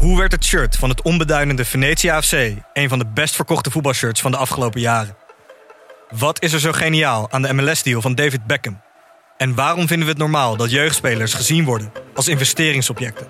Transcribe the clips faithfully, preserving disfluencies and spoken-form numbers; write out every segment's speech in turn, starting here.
Hoe werd het shirt van het onbeduidende Venetia F C een van de best verkochte voetbalshirts van de afgelopen jaren? Wat is er zo geniaal aan de M L S-deal van David Beckham? En waarom vinden we het normaal dat jeugdspelers gezien worden als investeringsobjecten?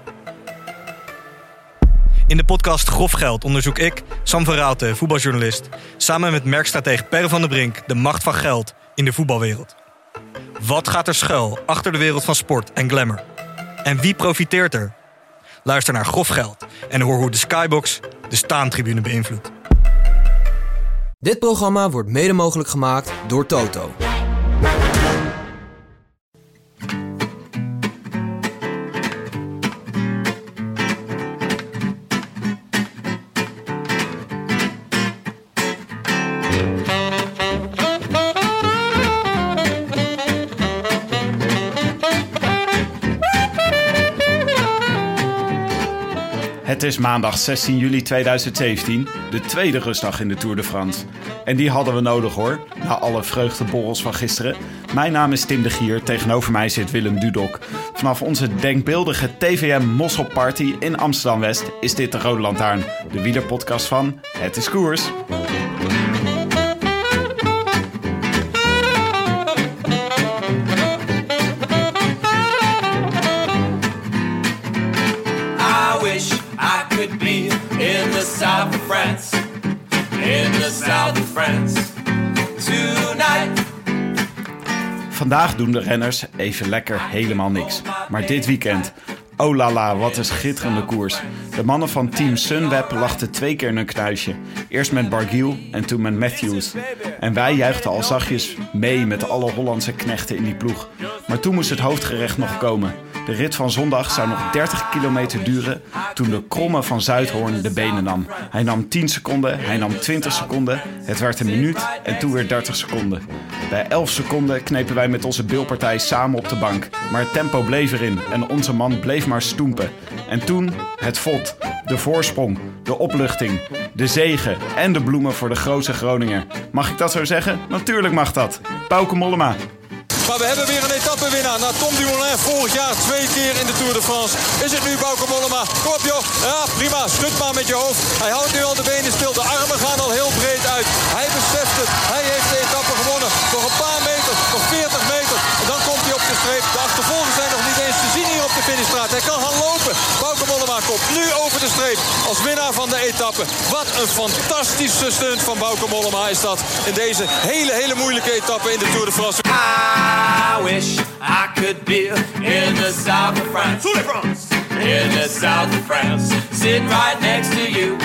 In de podcast Grof Geld onderzoek ik, Sam van Raalte, voetbaljournalist, samen met merkstratege Per van der Brink de macht van geld in de voetbalwereld. Wat gaat er schuil achter de wereld van sport en glamour? En wie profiteert er? Luister naar Grof Geld en hoor hoe de Skybox de staantribune beïnvloedt. Dit programma wordt mede mogelijk gemaakt door Toto. Het is maandag zestien juli tweeduizend zeventien, de tweede rustdag in de Tour de France. En die hadden we nodig hoor, na alle vreugdeborrels van gisteren. Mijn naam is Tim de Gier, tegenover mij zit Willem Dudok. Vanaf onze denkbeeldige T V M Mosselparty in Amsterdam-West is dit de Rode Lantaarn, de wielerpodcast van Het is Koers. In the south of France, in the south of France, tonight. Vandaag doen de renners even lekker helemaal niks. Maar dit weekend, oh la la, wat een schitterende koers. De mannen van team Sunweb lachten twee keer in een knuisje. Eerst met Barguil en toen met Matthews. En wij juichten al zachtjes mee met alle Hollandse knechten in die ploeg. Maar toen moest het hoofdgerecht nog komen. De rit van zondag zou nog dertig kilometer duren toen de kromme van Zuidhoorn de benen nam. Hij nam tien seconden, hij nam twintig seconden, het werd een minuut en toen weer dertig seconden. Bij elf seconden knepen wij met onze bilpartij samen op de bank. Maar het tempo bleef erin en onze man bleef maar stoempen. En toen het vod, de voorsprong, de opluchting, de zege en de bloemen voor de grootste Groninger. Mag ik dat zo zeggen? Natuurlijk mag dat. Bauke Mollema. Maar we hebben weer een etappenwinnaar. Na Tom Dumoulin vorig jaar twee keer in de Tour de France. Is het nu Bauke Mollema? Kom op joh. Ja, prima. Schud maar met je hoofd. Hij houdt nu al de benen stil. De armen gaan al heel breed uit. Hij beseft het. Hij heeft de etappe gewonnen. Nog een paar meter. Nog veertig meter. En dan komt hij op de streep. De achtervolgers zijn nog niet eens te zien hier op de finishstraat. Hij kan gaan lopen. Bauke Mollema komt nu over de streep. Als winnaar van de etappe. Wat een fantastische stunt van Bauke Mollema is dat. In deze hele, hele moeilijke etappe in de Tour de France. I wish I could be in the south of France. In the south of France, sitting right next to you.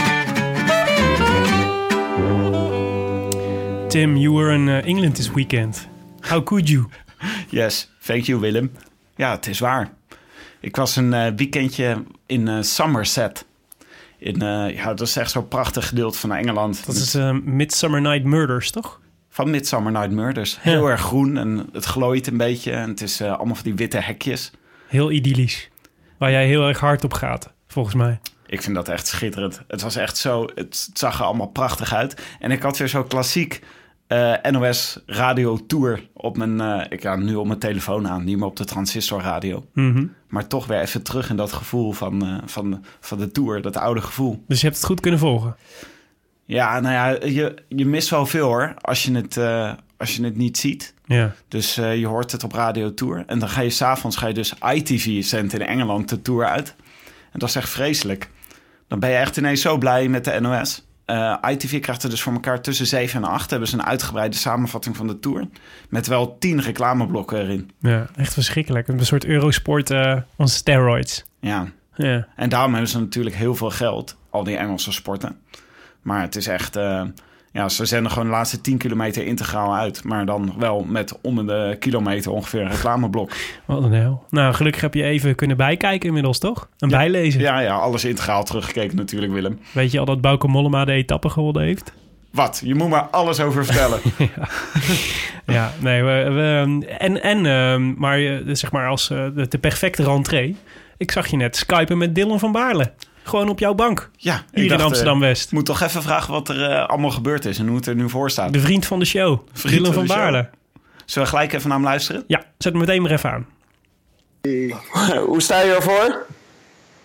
Tim, you were in uh, England this weekend. How could you? Yes, thank you Willem. Ja, het is waar. Ik was een uh, weekendje in uh, Somerset. In, uh, ja, dat is echt zo'n prachtig gedeelte van Engeland. Dat is uh, Midsummer Night Murders, toch? Van Midsummer Night Murders. Heel ja. erg groen en het glooit een beetje. En het is uh, allemaal van die witte hekjes. Heel idyllisch. Waar jij heel erg hard op gaat, volgens mij. Ik vind dat echt schitterend. Het was echt zo... Het zag er allemaal prachtig uit. En ik had weer zo'n klassiek uh, N O S Radio Tour op mijn... Uh, ik ga nu op mijn telefoon aan, niet meer op de transistorradio. Mm-hmm. Maar toch weer even terug in dat gevoel van, uh, van, van de Tour. Dat oude gevoel. Dus je hebt het goed kunnen volgen? Ja, nou ja, je, je mist wel veel hoor, als je het, uh, als je het niet ziet. Ja. Dus uh, je hoort het op Radio Tour. En dan ga je s'avonds ga je dus I T V zendt in Engeland de Tour uit. En dat is echt vreselijk. Dan ben je echt ineens zo blij met de N O S. Uh, I T V krijgt er dus voor elkaar tussen zeven en acht. Hebben ze een uitgebreide samenvatting van de Tour. Met wel tien reclameblokken erin. Ja, echt verschrikkelijk. Een soort Eurosport uh, on steroids. Ja. Ja. En daarom hebben ze natuurlijk heel veel geld. Al die Engelse sporten. Maar het is echt... Uh, ja, ze zenden gewoon de laatste tien kilometer integraal uit. Maar dan wel met om de kilometer ongeveer een reclameblok. Wat een hel. Nou, gelukkig heb je even kunnen bijkijken inmiddels, toch? En ja, bijlezen. Ja, ja, alles integraal teruggekeken natuurlijk, Willem. Weet je al dat Bauke Mollema de etappe gewonnen heeft? Wat? Je moet maar alles over vertellen. ja. ja, nee. We, we, en, en uh, maar zeg maar als uh, de, de perfecte rentree. Ik zag je net skypen met Dylan van Baarle. Gewoon op jouw bank. Ja, hier dacht, in Amsterdam-West. Ik uh, moet toch even vragen wat er uh, allemaal gebeurd is en hoe het er nu voor staat. De vriend van de show, vriend Dylan van, van Baarle. Zullen we gelijk even naar hem luisteren? Ja, zet hem meteen maar even aan. Hoe sta je ervoor?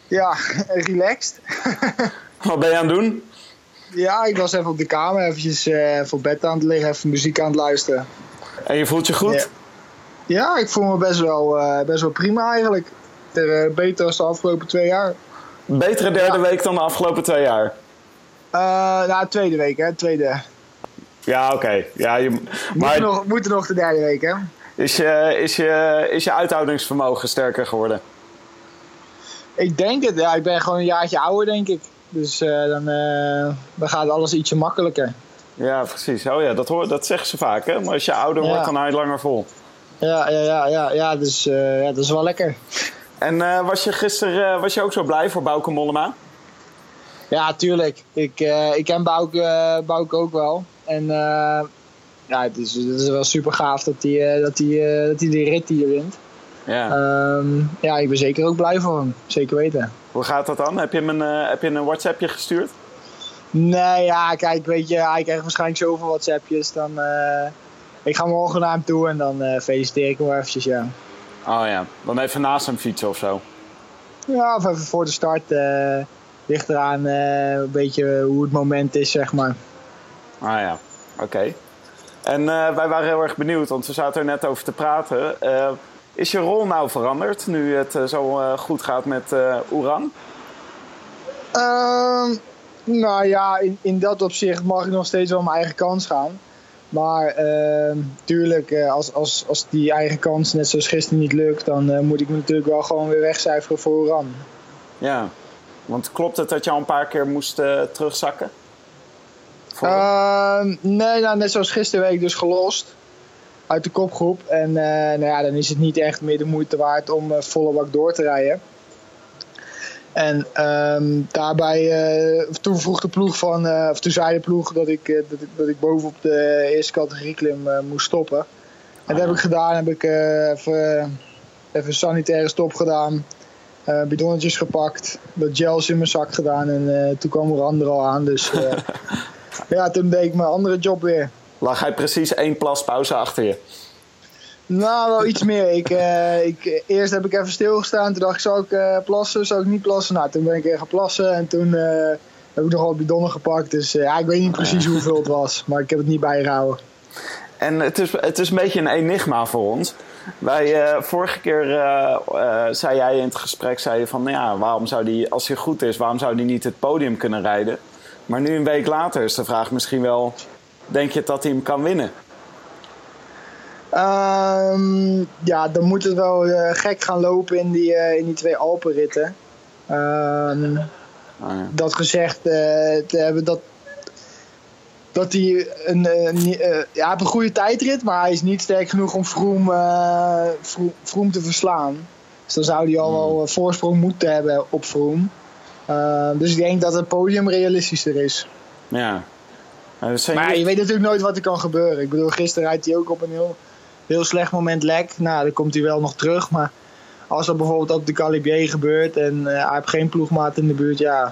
Ja, relaxed. Wat ben je aan het doen? Ja, ik was even op de kamer, eventjes uh, voor bed aan het liggen, even muziek aan het luisteren. En je voelt je goed? Ja, ja ik voel me best wel, uh, best wel prima eigenlijk. Ter, uh, beter dan de afgelopen twee jaar. Betere derde ja. week dan de afgelopen twee jaar? Uh, nou, tweede week, hè. Tweede. Ja, oké. Okay. Ja, je... Moet, maar... er nog, moet er nog de derde week, hè. Is je, is, je, is je uithoudingsvermogen sterker geworden? Ik denk het, ja. Ik ben gewoon een jaartje ouder, denk ik. Dus uh, dan, uh, dan gaat alles ietsje makkelijker. Ja, precies. Oh ja, dat, hoor, dat zeggen ze vaak, hè. Maar als je ouder ja. wordt, dan hou je het langer vol. Ja, ja, ja, ja, ja, dus uh, ja, dat is wel lekker. En uh, was je gisteren uh, was je ook zo blij voor Bauke Mollema? Ja, tuurlijk. Ik, uh, ik ken Bauke, uh, Bauke ook wel. En uh, ja, het is, het is wel super gaaf dat hij uh, dat hij, uh, dat hij die rit hier wint. Ja. Um, ja, ik ben zeker ook blij voor hem. Zeker weten. Hoe gaat dat dan? Heb je hem een, uh, heb je een WhatsAppje gestuurd? Nee, ja, kijk, weet je, hij krijgt waarschijnlijk zoveel WhatsAppjes. Dan, uh, ik ga morgen naar hem toe en dan uh, feliciteer ik hem wel eventjes, ja. Oh ja, dan even naast hem fietsen of zo? Ja, of even voor de start. Uh, ligt eraan uh, een beetje hoe het moment is, zeg maar. Ah ja, oké. Okay. En uh, wij waren heel erg benieuwd, want we zaten er net over te praten. Uh, is je rol nou veranderd, nu het uh, zo uh, goed gaat met uh, Oeran? Uh, nou ja, in, in dat opzicht mag ik nog steeds wel mijn eigen kans gaan. Maar uh, tuurlijk, uh, als, als, als die eigen kans net zoals gisteren niet lukt, dan uh, moet ik me natuurlijk wel gewoon weer wegcijferen voor Oeran. Ja, want klopt het dat je al een paar keer moest uh, terugzakken? Uh, nee, nou, net zoals gisteren werd ik dus gelost uit de kopgroep. En uh, nou ja, dan is het niet echt meer de moeite waard om uh, volle bak door te rijden. En um, daarbij, uh, toen vroeg de ploeg van, uh, of toen zei de ploeg dat ik, uh, dat ik, dat ik bovenop de eerste categorie klim uh, moest stoppen. En dat heb ik gedaan, heb ik uh, even, even een sanitaire stop gedaan. Uh, bidonnetjes gepakt, wat gels in mijn zak gedaan en uh, toen kwam er ander al aan. Dus uh, ja, toen deed ik mijn andere job weer. Lag hij precies één plaspauze achter je? Nou, wel iets meer. Ik, uh, ik, eerst heb ik even stilgestaan. Toen dacht ik, zou ik uh, plassen? Zou ik niet plassen? Nou, toen ben ik even gaan plassen. En toen uh, heb ik nog wat bidonnen gepakt. Dus uh, ja, ik weet niet precies hoeveel het was. Maar ik heb het niet bijgehouden. En het is, het is een beetje een enigma voor ons. Wij, uh, vorige keer uh, uh, zei jij in het gesprek, zei je van, nou ja, waarom zou die, als hij goed is, waarom zou hij niet het podium kunnen rijden? Maar nu een week later is de vraag misschien wel, denk je dat hij hem kan winnen? Um, ja, dan moet het wel uh, gek gaan lopen in die, uh, in die twee Alpenritten. Um, oh ja. Dat gezegd uh, te hebben dat, dat hij een, uh, uh, ja, hij heeft een goede tijdrit, maar hij is niet sterk genoeg om Froome, uh, Froome, Froome te verslaan. Dus dan zou hij al wel een voorsprong moeten hebben op Froome. Uh, dus ik denk dat het podium realistischer is. Ja. Maar ja, je weet natuurlijk nooit wat er kan gebeuren. Ik bedoel, gisteren rijdt hij ook op een heel, heel slecht moment lek. Nou, dan komt hij wel nog terug. Maar als dat bijvoorbeeld op de Galibier gebeurt en uh, hij heeft geen ploegmaat in de buurt, ja.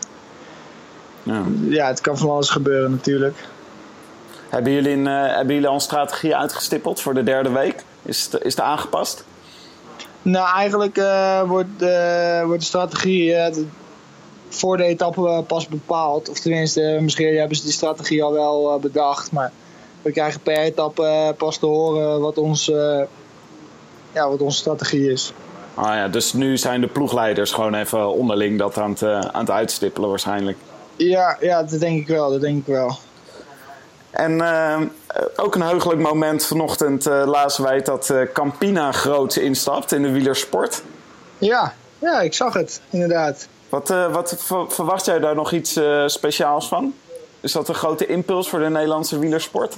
Ja, ja het kan van alles gebeuren natuurlijk. Hebben jullie, een, uh, hebben jullie al een strategie uitgestippeld voor de derde week? Is het, is het aangepast? Nou, eigenlijk uh, wordt, uh, wordt de strategie uh, de, voor de etappe pas bepaald. Of tenminste, misschien hebben ze die strategie al wel uh, bedacht. Maar we krijgen per etappe uh, pas te horen wat, ons, uh, ja, wat onze strategie is. Ah ja, dus nu zijn de ploegleiders gewoon even onderling dat aan het, uh, aan het uitstippelen waarschijnlijk. Ja, ja, dat denk ik wel, dat denk ik wel. En uh, ook een heugelijk moment vanochtend uh, lazen wij dat uh, Campina groot instapt in de wielersport. Ja, ja, ik zag het, inderdaad. Wat, uh, wat ver- verwacht jij daar nog iets uh, speciaals van? Is dat een grote impuls voor de Nederlandse wielersport?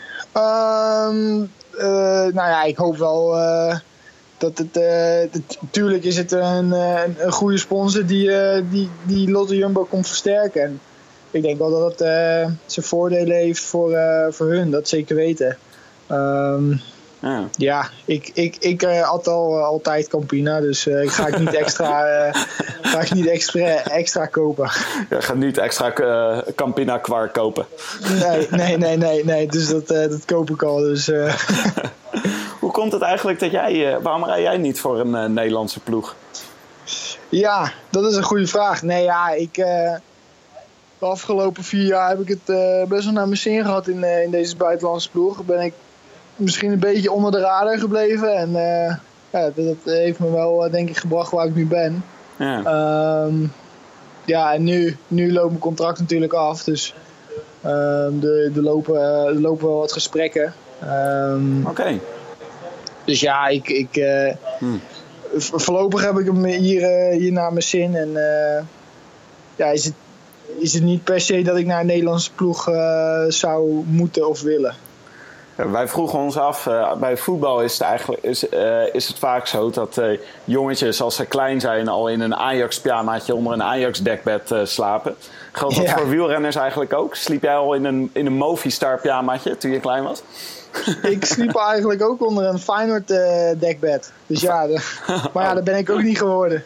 Um, uh, nou ja, ik hoop wel uh, dat het... Uh, Tuurlijk is het een, een, een goede sponsor die, uh, die, die Lotto Jumbo komt versterken. En ik denk wel dat het uh, zijn voordelen heeft voor, uh, voor hun, dat zeker weten. Um, ja. ja, ik, ik, ik uh, had al uh, altijd Campina, dus uh, ik ga ik niet extra, uh, ga ik niet extra, extra kopen. Je gaat niet extra uh, Campina kwark kopen? Nee, nee, nee, nee, nee. Dus dat, uh, dat koop ik al. Dus, uh. Hoe komt het eigenlijk dat jij, uh, waarom rij jij niet voor een uh, Nederlandse ploeg? Ja, dat is een goede vraag. Nee, ja, ik... Uh, de afgelopen vier jaar heb ik het uh, best wel naar mijn zin gehad in, uh, in deze buitenlandse ploeg. Ben ik misschien een beetje onder de radar gebleven. En uh, ja, dat, dat heeft me wel, uh, denk ik, gebracht waar ik nu ben. Ja, um, ja en nu, nu loopt mijn contract natuurlijk af. Dus um, er, er, lopen, uh, er lopen wel wat gesprekken. Um, Oké. Okay. Dus ja, ik... ik uh, hmm. Voorlopig heb ik hem hier, uh, hier naar mijn zin. En uh, ja, is het, is het niet per se dat ik naar een Nederlandse ploeg uh, zou moeten of willen. Ja, wij vroegen ons af, uh, bij voetbal is het, eigenlijk, is, uh, is het vaak zo dat uh, jongetjes als ze klein zijn al in een Ajax-pyjamaatje onder een Ajax-dekbed uh, slapen. Geldt dat ja. voor wielrenners eigenlijk ook? Sliep jij al in een, in een Movistar-pyjamaatje toen je klein was? Ik sliep eigenlijk ook onder een Feyenoord uh, dekbed. Dus ja, de, maar ja, dat ben ik ook niet geworden.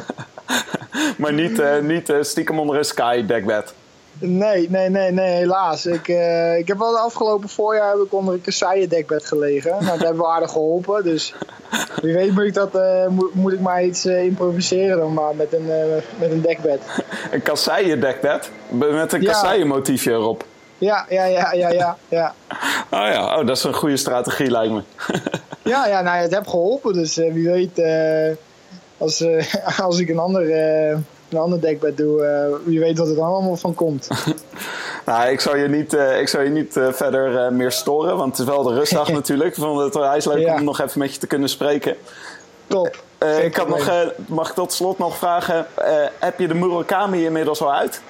Maar niet, uh, niet uh, stiekem onder een Sky dekbed? Nee, nee, nee, nee, helaas. Ik, uh, ik heb wel de afgelopen voorjaar heb ik onder een kasseien dekbed gelegen. Nou, dat hebben we aardig geholpen. Dus wie weet moet ik, dat, uh, moet, moet ik maar iets uh, improviseren dan maar met een, uh, met een dekbed. Een kasseien dekbed? Met een kasseien motiefje erop? Ja, ja, ja, ja, ja, ja. Oh ja, oh, dat is een goede strategie lijkt me. ja, ja, nou, het heeft geholpen. Dus uh, wie weet, uh, als, uh, als ik een ander, uh, een ander dekbed doe, uh, wie weet wat er dan allemaal van komt. Nou, ik zal je niet, uh, ik zal je niet uh, verder uh, meer storen, want het is wel de rustdag natuurlijk. Ik vond het wel leuk ja. om nog even met je te kunnen spreken. Top. Uh, ik had nog, uh, mag ik tot slot nog vragen, uh, heb je de Murakami inmiddels al uit?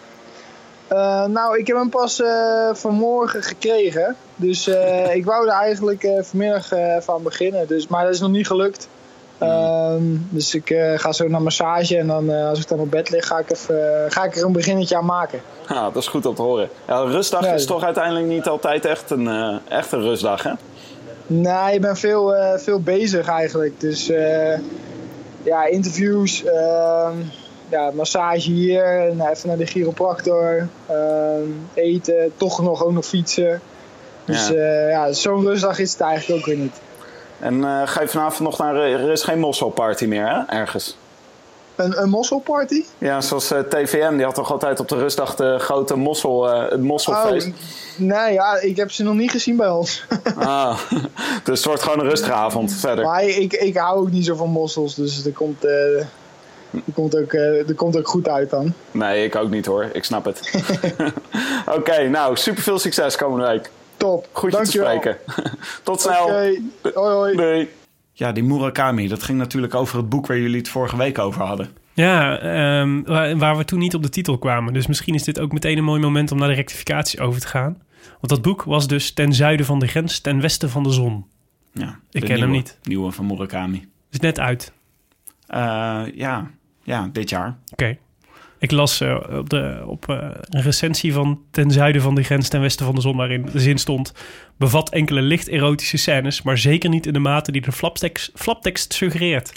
Uh, nou, ik heb hem pas uh, vanmorgen gekregen. Dus uh, ik wou er eigenlijk uh, vanmiddag uh, van beginnen. Dus, maar dat is nog niet gelukt. Um, dus ik uh, ga zo naar massage. En dan, uh, als ik dan op bed lig, ga ik, even, uh, ga ik er een beginnetje aan maken. Ja, dat is goed om te horen. Ja, een rustdag ja, is toch uiteindelijk niet altijd echt een, uh, echt een rustdag, hè? Nee, je bent veel, uh, veel bezig eigenlijk. Dus uh, ja, interviews... Uh, Ja, massage hier, en even naar de chiropractor, uh, eten, toch nog ook nog fietsen. Dus ja, uh, ja zo'n rustdag is het eigenlijk ook weer niet. En uh, ga je vanavond nog naar... Er is geen mosselparty meer, hè? Ergens? Een, een mosselparty? Ja, zoals uh, T V M, die had toch altijd op de rustdag de grote mossel, uh, het mosselfeest? Oh, nee, ja, ik heb ze nog niet gezien bij ons. Ah, dus het wordt gewoon een rustige avond verder. Maar ik, ik hou ook niet zo van mossels, dus er komt... Uh, Dat komt, ook, uh, dat komt ook goed uit dan. Nee, ik ook niet hoor. Ik snap het. Oké, okay, nou, super veel succes komende week. Top. Goed je te spreken. Tot snel. Okay. Hoi, hoi. Doei. Ja, die Murakami, dat ging natuurlijk over het boek waar jullie het vorige week over hadden. Ja, um, waar, waar we toen niet op de titel kwamen. Dus misschien is dit ook meteen een mooi moment om naar de rectificatie over te gaan. Want dat boek was dus ten zuiden van de grens, ten westen van de zon. Ja, ik ken nieuwe, hem niet. Nieuwe van Murakami. Is net uit. Uh, ja. Ja, dit jaar. Oké. Okay. Ik las uh, op, de, op uh, een recensie van ten zuiden van de grens, ten westen van de zon, waarin de zin stond: bevat enkele licht erotische scènes, maar zeker niet in de mate die de flaptekst, flaptekst suggereert.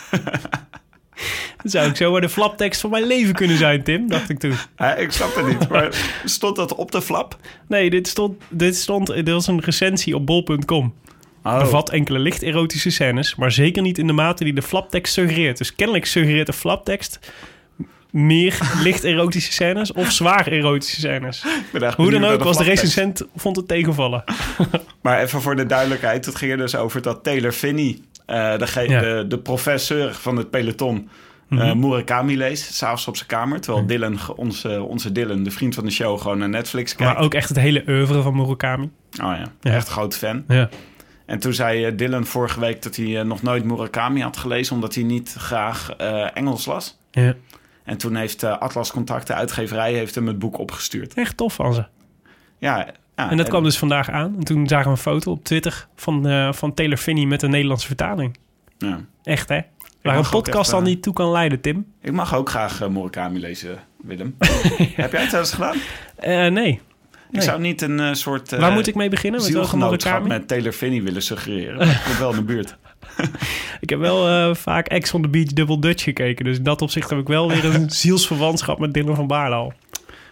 Dat zou ik zo maar de flaptekst van mijn leven kunnen zijn, Tim, dacht ik toen. Ja, ik snap het niet, maar stond dat op de flap? Nee, dit stond, dit stond, dit was een recensie op bol punt com. Oh. Bevat enkele licht erotische scènes, maar zeker niet in de mate die de flaptekst suggereert. Dus kennelijk suggereert de flaptekst meer licht erotische scènes of zwaar erotische scènes. Hoe dan ook, was de recensent vond het tegenvallen. Maar even voor de duidelijkheid, het ging er dus over dat Taylor Finney, uh, de, ja. de, de professor van het peloton, mm-hmm. uh, Murakami leest, s'avonds op zijn kamer. Terwijl mm. Dylan, onze, onze Dylan, de vriend van de show, gewoon naar Netflix kijkt. Maar ook echt het hele oeuvre van Murakami. Oh ja, ja. Echt een groot fan. Ja. En toen zei Dylan vorige week dat hij nog nooit Murakami had gelezen, omdat hij niet graag uh, Engels las. Ja. En toen heeft uh, Atlas Contact, de uitgeverij, heeft hem het boek opgestuurd. Echt tof van ze. Ja. ja en dat en... kwam dus vandaag aan. En toen zagen we een foto op Twitter van, uh, van Taylor Finney met een Nederlandse vertaling. Ja. Echt, hè? Waar een podcast al uh, niet toe kan leiden, Tim. Ik mag ook graag uh, Murakami lezen, Willem. ja. Heb jij het wel eens gedaan? Uh, nee. Ik nee. zou niet een uh, soort... Uh, Waar moet ik mee beginnen? Met welke Murakami? Met Taylor Finney willen suggereren. Maar ik kom wel in de buurt. Ik heb wel uh, vaak Ex on the Beach Double Dutch gekeken. Dus in dat opzicht heb ik wel weer een zielsverwantschap met Dylan van Baarle al.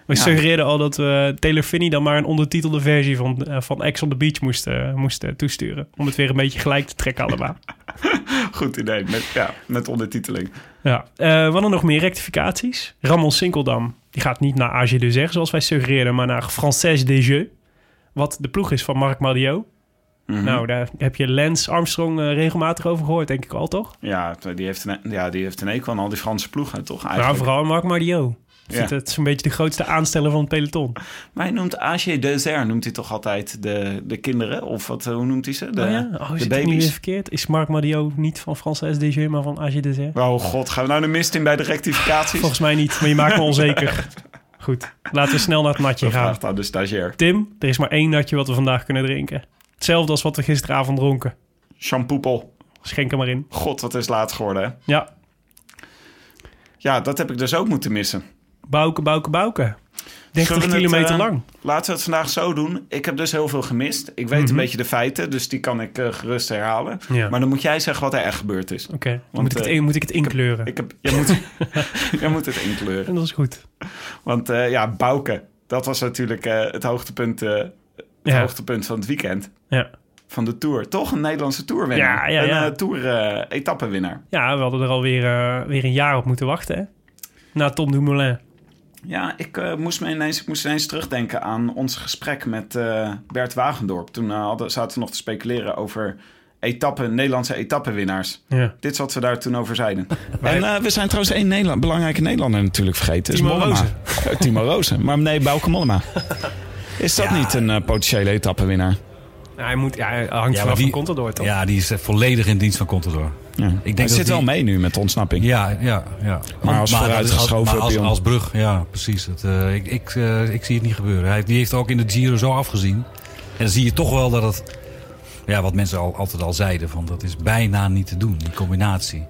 We Ja. suggereerden al dat we Taylor Finney dan maar een ondertitelde versie van, uh, van Ex on the Beach moesten, moesten toesturen. Om het weer een beetje gelijk te trekken allemaal. Goed idee, met, ja, met ondertiteling. Ja. Uh, we hadden nog meer rectificaties. Ramon Sinkeldam, die gaat niet naar A G de Zer, zoals wij suggereerden, maar naar Française des Jeux. Wat de ploeg is van Marc Madiot. Mm-hmm. Nou, daar heb je Lance Armstrong uh, regelmatig over gehoord, denk ik al, toch? Ja, die heeft een, ja, die heeft een ekel aan al die Franse ploegen, toch? Nou, Eigenlijk. vooral Marc Madiot. Ik Ja. vind het zo'n beetje de grootste aansteller van het peloton. Maar hij noemt A G de Zer, noemt hij toch altijd de, de kinderen? Of wat, hoe noemt hij ze? De, oh ja? Oh, de is het niet weer baby's? verkeerd? Is Marc Madiot niet van Française des Jeux, maar van A G de Zer? Oh god, gaan we nou de mist in bij de rectificaties? Volgens mij niet, maar je maakt me onzeker. Goed, laten we snel naar het natje gaan. Vraagt aan de stagiair. Tim, er is maar één natje wat we vandaag kunnen drinken. Hetzelfde als wat we gisteravond dronken. Shampoopel. Schenk er maar in. God, wat is laat geworden, hè? Ja, Ja, dat heb ik dus ook moeten missen. bouken, bouken, bouken. dertig Zullen we het, kilometer eh, lang. Laten we het vandaag zo doen. Ik heb dus heel veel gemist. Ik weet Mhm. een beetje de feiten, dus die kan ik uh, gerust herhalen. Ja. Maar dan moet jij zeggen wat er echt gebeurd is. Oké, dan want, moet, ik het eh, in- moet ik het inkleuren. Ik heb, jij, moet, jij moet het inkleuren. En dat is goed. Want uh, ja, Bouke, dat was natuurlijk uh, het, hoogtepunt, uh, het Ja. hoogtepunt van het weekend. Ja. Van de Tour. Toch een Nederlandse Tourwinnaar. Ja, ja, ja. Een uh, Tour-etappenwinnaar. Ja, we hadden er alweer uh, weer een jaar op moeten wachten, hè? Na Tom Dumoulin. Ja, ik, uh, moest me ineens, ik moest ineens terugdenken aan ons gesprek met uh, Bert Wagendorp. Toen uh, hadden, zaten we nog te speculeren over etappen, Nederlandse etappenwinnaars. Ja. Dit is wat we daar toen over zeiden. Wij- En uh, we zijn trouwens één Nederland, belangrijke Nederlander natuurlijk vergeten. Timo is Mollema. Rozen. Uh, Timo Rozen. Maar nee, Bauke Mollema. Is dat niet een uh, potentiële etappenwinnaar? Nou, hij, moet, ja, hij hangt Ja, vanaf maar die- van Contador, toch? Ja, die is eh, volledig in dienst van Contador. Ja. Ik denk Hij dat zit wel die- mee nu met de ontsnapping. Ja, ja, ja. Maar als vooruitgeschoven maar als, pion. als brug, ja, precies. Het, uh, ik, ik, uh, ik zie het niet gebeuren. Hij, die heeft ook in de Giro zo afgezien. En dan zie je toch wel dat het... Ja, wat mensen al, altijd al zeiden, van dat is bijna niet te doen, die combinatie.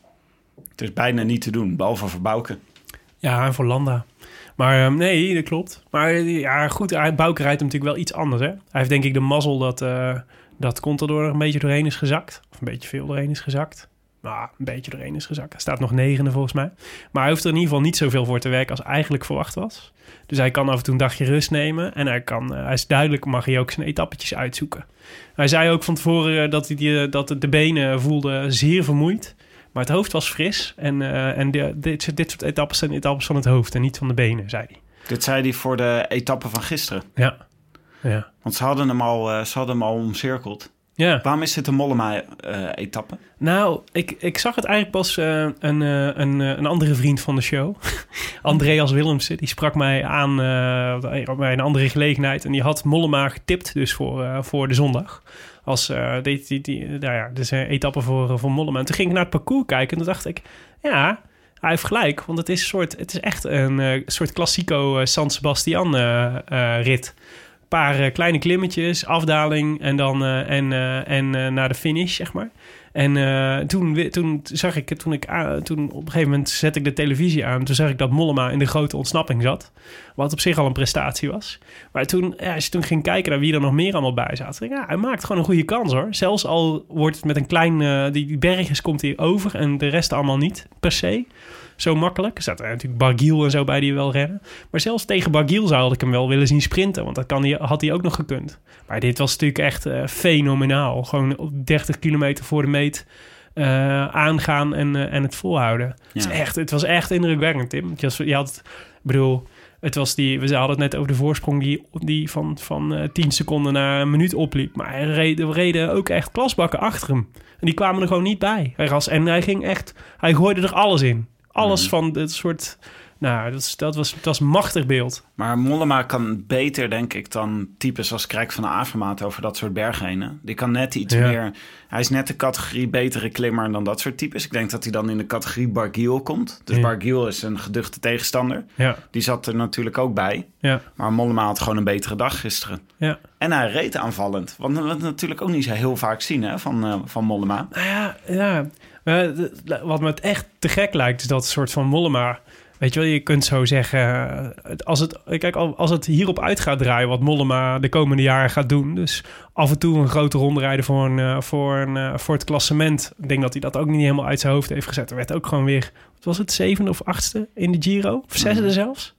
Het is bijna niet te doen, behalve voor Bouke. Ja, en voor Landa. Maar um, nee, dat klopt. Maar ja, goed, hij- Bouke rijdt hem natuurlijk wel iets anders, hè? Hij heeft denk ik de mazzel dat, uh, dat Contador er een beetje doorheen is gezakt. Of een beetje veel doorheen is gezakt. Nou, een beetje doorheen is gezakt. Hij staat nog negende volgens mij. Maar hij hoeft er in ieder geval niet zoveel voor te werken als eigenlijk verwacht was. Dus hij kan af en toe een dagje rust nemen. En hij, kan, uh, hij is duidelijk, mag hij ook zijn etappetjes uitzoeken. Hij zei ook van tevoren uh, dat, hij die, uh, dat de benen voelde zeer vermoeid. Maar het hoofd was fris. En, uh, en de, dit, dit soort etappes zijn etappes van het hoofd en niet van de benen, zei hij. Dit zei hij voor de etappe van gisteren. Ja. Ja. Want ze hadden hem al, uh, ze hadden hem al omcirkeld. Ja. Waarom is dit een Mollema-etappe? Nou, ik, ik zag het eigenlijk pas uh, een, uh, een, uh, een andere vriend van de show. Andreas Willemsen. Die sprak mij aan uh, bij een andere gelegenheid. En die had Mollema getipt dus voor, uh, voor de zondag. Als uh, die, die, die, nou ja, dus een etappe voor, voor Mollema. En toen ging ik naar het parcours kijken. En toen dacht ik, ja, hij heeft gelijk. Want het is, een soort, het is echt een uh, soort klassico uh, San Sebastian uh, uh, rit. Een paar uh, kleine klimmetjes, afdaling en dan uh, en, uh, en uh, naar de finish, zeg maar. En uh, toen, toen zag ik, toen ik uh, toen op een gegeven moment zette ik de televisie aan. Toen zag ik dat Mollema in de grote ontsnapping zat. Wat op zich al een prestatie was. Maar toen, ja, als je toen ging kijken naar wie er nog meer allemaal bij zat. Dacht ik, ja, hij maakt gewoon een goede kans hoor. Zelfs al wordt het met een klein, uh, die, die bergjes komt hij over en de rest allemaal niet per se. Zo makkelijk. Er zaten natuurlijk Barguil en zo bij die wel rennen. Maar zelfs tegen Barguil zou ik hem wel willen zien sprinten. Want dat kan hij, had hij ook nog gekund. Maar dit was natuurlijk echt uh, fenomenaal. Gewoon op dertig kilometer voor de meet uh, aangaan en, uh, en het volhouden. Ja. Het, is echt, het was echt indrukwekkend, Tim. Je had, je had, ik bedoel, het was die, we hadden het net over de voorsprong die, die van, van uh, tien seconden naar een minuut opliep. Maar er reden, we reden ook echt klasbakken achter hem. En die kwamen er gewoon niet bij. Hij was, en hij ging echt, hij gooide er alles in. Alles van dit soort... Nou, dat, is, dat, was, dat was een machtig beeld. Maar Mollema kan beter, denk ik, dan types als Krek van de Avermaat over dat soort berghenen. Die kan net iets ja. meer... Hij is net de categorie betere klimmer dan dat soort types. Ik denk dat hij dan in de categorie Barguil komt. Dus ja. Barguil is een geduchte tegenstander. Ja. Die zat er natuurlijk ook bij. Ja. Maar Mollema had gewoon een betere dag gisteren. Ja. En hij reed aanvallend. Want we het natuurlijk ook niet zo heel vaak zien hè, van, uh, van Mollema. Nou ja, ja. Maar wat me het echt te gek lijkt, is dat soort van Mollema... Weet je wel, je kunt zo zeggen... Als het, kijk, als het hierop uit gaat draaien... wat Mollema de komende jaren gaat doen... dus af en toe een grote ronde rijden voor, een, voor, een, voor het klassement... Ik denk dat hij dat ook niet helemaal uit zijn hoofd heeft gezet. Er werd ook gewoon weer... Wat was het? Zevende of achtste in de Giro? Of zesde mm. zelfs?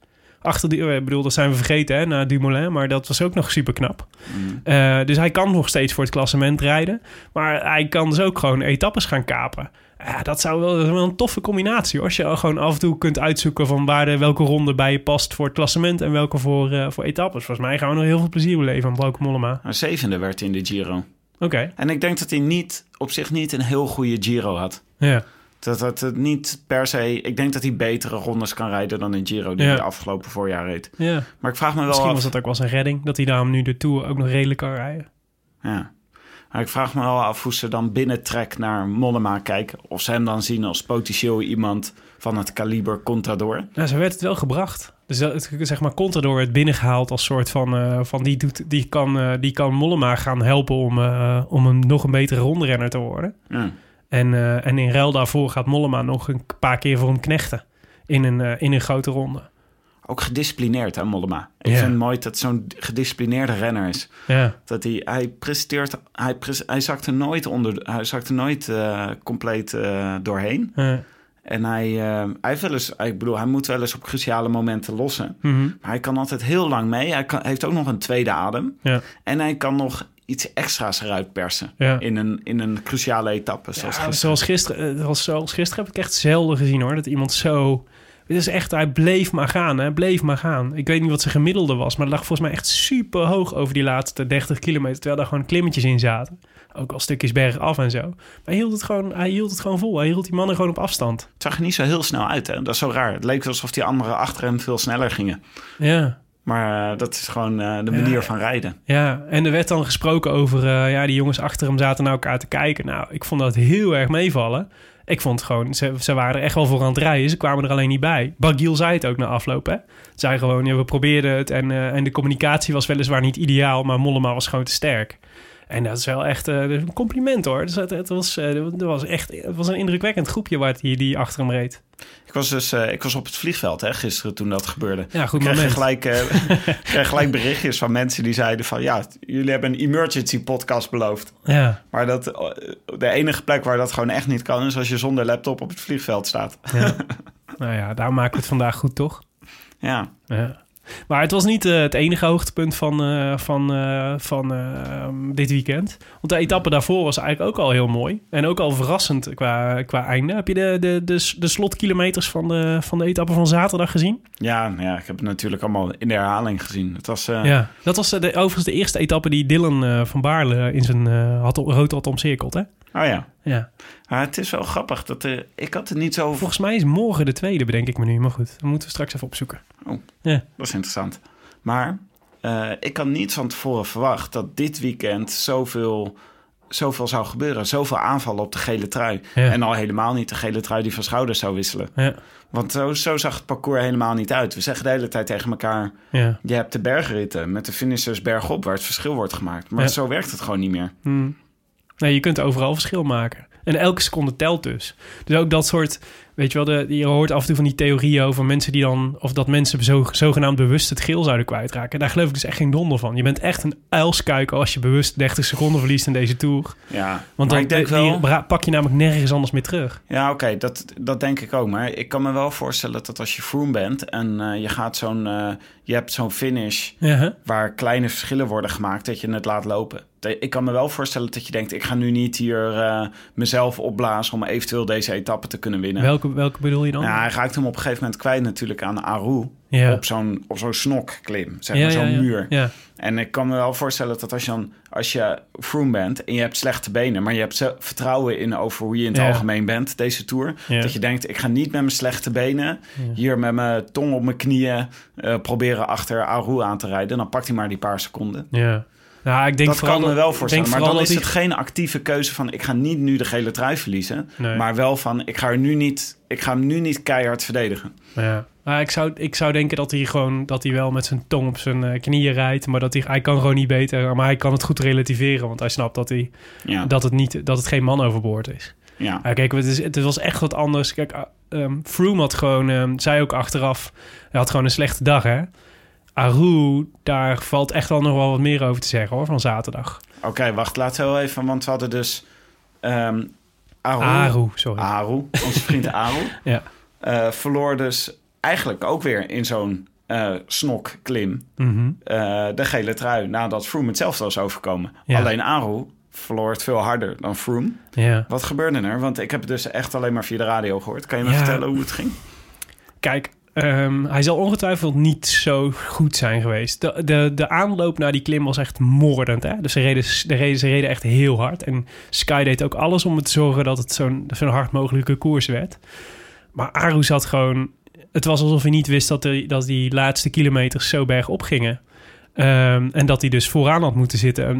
Achter die, ik bedoel, dat zijn we vergeten hè, na Dumoulin, maar dat was ook nog super knap. Mm. Uh, dus hij kan nog steeds voor het klassement rijden, maar hij kan dus ook gewoon etappes gaan kapen. Ja, dat zou wel, dat is wel een toffe combinatie hoor. Als je gewoon af en toe kunt uitzoeken van waar de, welke ronde bij je past voor het klassement en welke voor, uh, voor etappes. Volgens mij gaan we nog heel veel plezier beleven aan Bauke Mollema. Een zevende werd in de Giro. Oké. Okay. En ik denk dat hij niet op zich niet een heel goede Giro had. Ja. Dat het het niet per se... Ik denk dat hij betere rondes kan rijden dan in Giro die ja. hij de afgelopen voorjaar reed. Ja. Maar ik vraag me wel Misschien af... was dat ook wel zijn redding, dat hij daarom nu de Tour ook nog redelijk kan rijden. Ja. Maar ik vraag me wel af hoe ze dan binnentrek naar Mollema kijken. Of ze hem dan zien als potentieel iemand van het kaliber Contador. Ja, zo werd het wel gebracht. Dus dat, zeg maar, Contador werd binnengehaald als soort van... Uh, van die, doet, die, kan, uh, die kan Mollema gaan helpen om, uh, om een nog een betere rondrenner te worden. Ja. En, uh, en in ruil daarvoor gaat Mollema nog een paar keer voor hem knechten. In een, uh, in een grote ronde. Ook gedisciplineerd, hè, Mollema. Ik ja. vind het mooi dat het zo'n gedisciplineerde renner is. Ja. Dat hij, hij presteert... Hij, pres, hij zakt er nooit, onder, hij zakt er nooit uh, compleet uh, doorheen. Ja. En hij, uh, hij heeft wel eens... Ik bedoel, hij moet wel eens op cruciale momenten lossen. Mm-hmm. Maar hij kan altijd heel lang mee. Hij kan, heeft ook nog een tweede adem. Ja. En hij kan nog iets extra's eruit persen. Ja. In, een, in een cruciale etappe. Zoals, ja, gisteren. zoals gisteren. Zoals, zoals gisteren heb ik echt zelden gezien hoor. Dat iemand zo... Het is echt, hij bleef maar gaan, hè? Bleef maar gaan. Ik weet niet wat zijn gemiddelde was, maar dat lag volgens mij echt super hoog over die laatste dertig kilometer, terwijl daar gewoon klimmetjes in zaten. Ook al stukjes bergaf en zo. Maar hij hield het gewoon, hij hield het gewoon vol. Hij hield die mannen gewoon op afstand. Het zag er niet zo heel snel uit, hè? Dat is zo raar. Het leek alsof die anderen achter hem veel sneller gingen. Ja. Maar uh, dat is gewoon uh, de manier ja. van rijden. Ja, en er werd dan gesproken over... Uh, ja, die jongens achter hem zaten naar elkaar te kijken. Nou, ik vond dat heel erg meevallen. Ik vond gewoon... Ze, ze waren er echt wel voor aan het rijden. Ze kwamen er alleen niet bij. Baghil zei het ook na afloop, hè. Zei gewoon, ja, we probeerden het. En, uh, en de communicatie was weliswaar niet ideaal... maar Mollema was gewoon te sterk. En dat is wel echt uh, een compliment, hoor. Dus het, het, was, uh, het was echt het was een indrukwekkend groepje... waar die, die achter hem reed. Ik was dus uh, ik was op het vliegveld hè, gisteren toen dat gebeurde. Ja, goed ik kreeg moment. Gelijk, uh, kreeg gelijk berichtjes van mensen die zeiden van... ja, jullie hebben een emergency podcast beloofd. Ja. Maar dat, de enige plek waar dat gewoon echt niet kan... is als je zonder laptop op het vliegveld staat. Ja. Nou ja, daar maken we het vandaag goed, toch? Ja. Ja. Maar het was niet uh, het enige hoogtepunt van, uh, van, uh, van uh, dit weekend. Want de etappe daarvoor was eigenlijk ook al heel mooi. En ook al verrassend qua, qua einde. Heb je de, de, de, de slotkilometers van de, van de etappe van zaterdag gezien? Ja, nou ja, ik heb het natuurlijk allemaal in de herhaling gezien. Het was, uh... Ja, dat was de, overigens de eerste etappe die Dylan uh, van Baarle in zijn uh, had, rood had omcirkeld, hè? Oh ja. Ja. Maar het is wel grappig. Dat er, ik had het niet zo... Volgens mij is morgen de tweede, bedenk ik me nu. Maar goed, dan moeten we straks even opzoeken. Oh, ja. Dat is interessant. Maar uh, ik had niet van tevoren verwacht... dat dit weekend zoveel, zoveel zou gebeuren. Zoveel aanvallen op de gele trui. Ja. En al helemaal niet de gele trui die van schouders zou wisselen. Ja. Want zo, zo zag het parcours helemaal niet uit. We zeggen de hele tijd tegen elkaar... Ja. Je hebt de bergritten met de finishers bergop... waar het verschil wordt gemaakt. Maar ja. zo werkt het gewoon niet meer. Hmm. Nee, je kunt overal verschil maken. En elke seconde telt dus. Dus ook dat soort... Weet je wel, de, je hoort af en toe van die theorieën over mensen die dan... of dat mensen zo, zogenaamd bewust het geel zouden kwijtraken. Daar geloof ik dus echt geen donder van. Je bent echt een uilskuiker als je bewust dertig seconden verliest in deze Tour. Ja, want dan ik denk wel... pak je namelijk nergens anders meer terug. Ja, oké, okay, dat, dat denk ik ook. Maar ik kan me wel voorstellen dat als je Froome bent... en uh, je gaat zo'n... Uh, je hebt zo'n finish uh-huh. waar kleine verschillen worden gemaakt... dat je het laat lopen. Ik kan me wel voorstellen dat je denkt... ik ga nu niet hier uh, mezelf opblazen... om eventueel deze etappe te kunnen winnen. Welke, welke bedoel je dan? Ja, hij raakt hem op een gegeven moment kwijt natuurlijk aan Aru... Ja. op zo'n, op zo'n snokklim, zeg ja, maar, zo'n ja, ja. muur. Ja. En ik kan me wel voorstellen dat als je, dan, als je Froome bent... en je hebt slechte benen... maar je hebt vertrouwen in over hoe je in het ja. algemeen bent, deze Tour... Ja. dat je denkt, ik ga niet met mijn slechte benen... Ja. hier met mijn tong op mijn knieën... Uh, proberen achter Aru aan te rijden. Dan pakt hij maar die paar seconden. Ja. Nou, ik denk dat kan me wel voorstellen. Maar dan is het hij... geen actieve keuze van... ik ga niet nu de gele trui verliezen. Nee. Maar wel van, ik ga, er nu niet, ik ga hem nu niet keihard verdedigen. Ja. Maar ik zou, ik zou denken dat hij gewoon... dat hij wel met zijn tong op zijn uh, knieën rijdt. Maar dat hij, hij kan gewoon niet beter. Maar hij kan het goed relativeren. Want hij snapt dat, hij, ja. dat, het, niet, dat het geen man overboord is. Ja. Uh, kijk, het, is, het was echt wat anders. Kijk, uh, um, Froome had gewoon... Um, zei ook achteraf... hij had gewoon een slechte dag, hè? Aru, daar valt echt wel nog wel wat meer over te zeggen, hoor, van zaterdag. Oké, okay, wacht, laten we wel even, want we hadden dus... Um, Aru, Aru, sorry. Aru, onze vriend Aru. ja. Uh, verloor dus eigenlijk ook weer in zo'n uh, snok klim Mm-hmm. uh, de gele trui nadat Froome hetzelfde was overkomen. Ja. Alleen Aru verloor het veel harder dan Froome. Ja. Wat gebeurde er? Want ik heb het dus echt alleen maar via de radio gehoord. Kan je me Ja. vertellen hoe het ging? Kijk, um, hij zal ongetwijfeld niet zo goed zijn geweest. De, de, de aanloop naar die klim was echt moordend. Hè? Dus ze reden, de reden, ze reden echt heel hard. En Sky deed ook alles om te zorgen dat het zo'n, zo'n hard mogelijke koers werd. Maar Aru zat gewoon... Het was alsof hij niet wist dat, er, dat die laatste kilometers zo bergop gingen. Um, en dat hij dus vooraan had moeten zitten.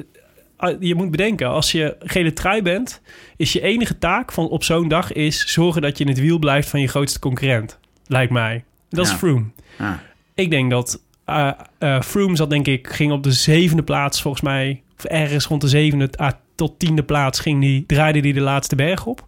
Uh, je moet bedenken, als je gele trui bent... is je enige taak van op zo'n dag is... zorgen dat je in het wiel blijft van je grootste concurrent. Lijkt mij. Dat Ja. is Froome. Ja. Ik denk dat uh, uh, Froome zat, denk ik, ging op de zevende plaats volgens mij. Of ergens rond de zevende uh, tot tiende plaats ging die, draaide hij de laatste berg op.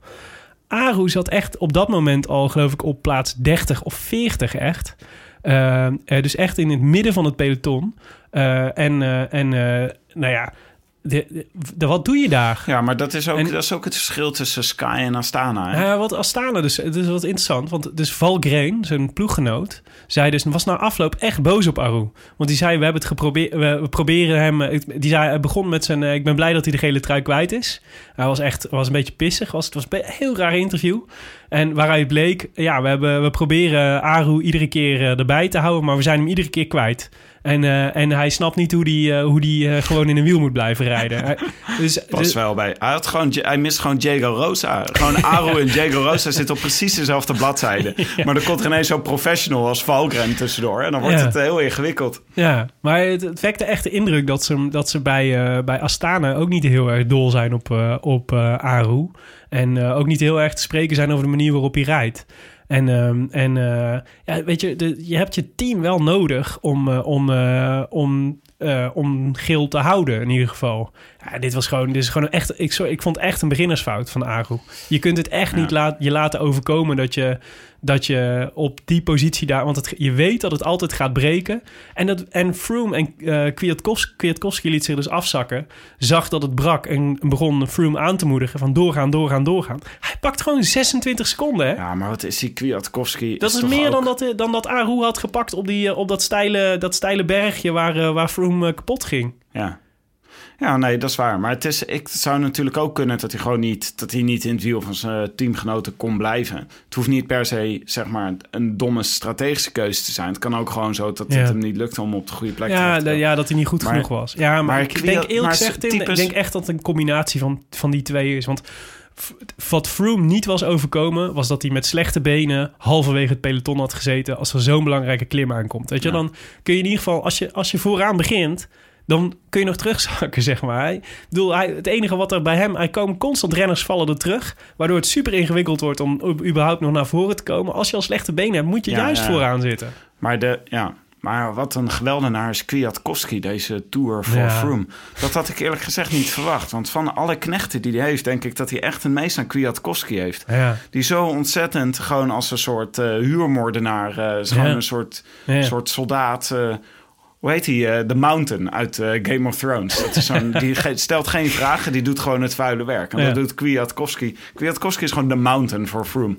Aru zat echt op dat moment al, geloof ik, op plaats dertig of veertig echt. Uh, uh, dus echt in het midden van het peloton. Uh, en, uh, en uh, nou ja, de, de, de, wat doe je daar? Ja, maar dat is, ook, En- dat is ook het verschil tussen Sky en Astana. Hè? Ja, wat Astana dus, het is wat interessant. Want dus Valgren, zijn ploeggenoot, zei dus, was na afloop echt boos op Aru. Want die zei, we hebben het geprobeerd, we, we proberen hem, het- die zei, hij begon met zijn, eh, ik ben blij dat hij de gele trui kwijt is. Hij was echt, was een beetje pissig, was, het was een heel raar interview. En waaruit bleek, ja, we, hebben, we proberen Aru iedere keer eh, erbij te houden, maar we zijn hem iedere keer kwijt. En, uh, en hij snapt niet hoe die, uh, hoe die uh, gewoon in een wiel moet blijven rijden. Hij, dus, Pas dus, wel bij. Hij, had gewoon, hij mist gewoon Diego Rosa. Gewoon Aru en Diego Rosa zitten op precies dezelfde bladzijde. Ja. Maar er komt er ineens zo'n professional als Valgren tussendoor. En dan wordt Ja. het heel ingewikkeld. Ja, maar het, het wekte echt de indruk dat ze, dat ze bij, uh, bij Astana ook niet heel erg dol zijn op, uh, op uh, Aru. En uh, ook niet heel erg te spreken zijn over de manier waarop hij rijdt. En, um, en uh, ja, weet je, de, je hebt je team wel nodig om, uh, om, uh, om, uh, om geel te houden in ieder geval. Ja, dit was gewoon, dit is gewoon echt, ik, ik vond het echt een beginnersfout van Aru. Je kunt het echt Ja. niet laat, je laten overkomen dat je, dat je op die positie daar... Want het, je weet dat het altijd gaat breken. En, dat, en Froome en uh, Kwiatkowski, Kwiatkowski liet zich dus afzakken. Zag dat het brak en begon Froome aan te moedigen van doorgaan, doorgaan, doorgaan. Hij pakt gewoon zesentwintig seconden, hè? Ja, maar wat is die Kwiatkowski? Dat is, toch meer ook- dan, dat, dan dat Aru had gepakt op, die, uh, op dat, steile, dat steile bergje waar, uh, waar Froome uh, kapot ging. Ja. Ja, nee, dat is waar. Maar het, is, ik, het zou natuurlijk ook kunnen dat hij gewoon niet, dat hij niet in het wiel van zijn teamgenoten kon blijven. Het hoeft niet per se, zeg maar, een domme strategische keuze te zijn. Het kan ook gewoon zo dat Ja. het hem niet lukt om op de goede plek te Ja, komen. de, ja, dat hij niet goed Maar- genoeg was. Ja, maar, maar ik Kwiat- denk eerlijk maar gezegd, Tim, types- ik denk echt dat het een combinatie van, van die twee is. Want f- wat Froome niet was overkomen, was dat hij met slechte benen halverwege het peloton had gezeten als er zo'n belangrijke klim aankomt. Weet je, Ja. dan kun je in ieder geval, als je, als je vooraan begint, dan kun je nog terugzakken, zeg maar. Hij, ik bedoel, hij, het enige wat er bij hem... Hij komen constant renners vallen er terug, waardoor het super ingewikkeld wordt om u- überhaupt nog naar voren te komen. Als je al slechte benen hebt, moet je Ja, juist ja. vooraan zitten. Maar, de, ja, maar wat een geweldenaar is Kwiatkowski, deze Tour voor Ja. Froome. Dat had ik eerlijk gezegd niet verwacht. Want van alle knechten die hij heeft, denk ik dat hij echt het meest aan Kwiatkowski heeft. Ja. Die zo ontzettend gewoon als een soort uh, huurmoordenaar, uh, is gewoon Ja. een soort, Ja. soort soldaat... Uh, hoe heet hij? Uh, The Mountain uit uh, Game of Thrones. Dat is zo'n, die ge- stelt geen vragen, die doet gewoon het vuile werk. En Ja. dat doet Kwiatkowski. Kwiatkowski is gewoon The Mountain voor Froome.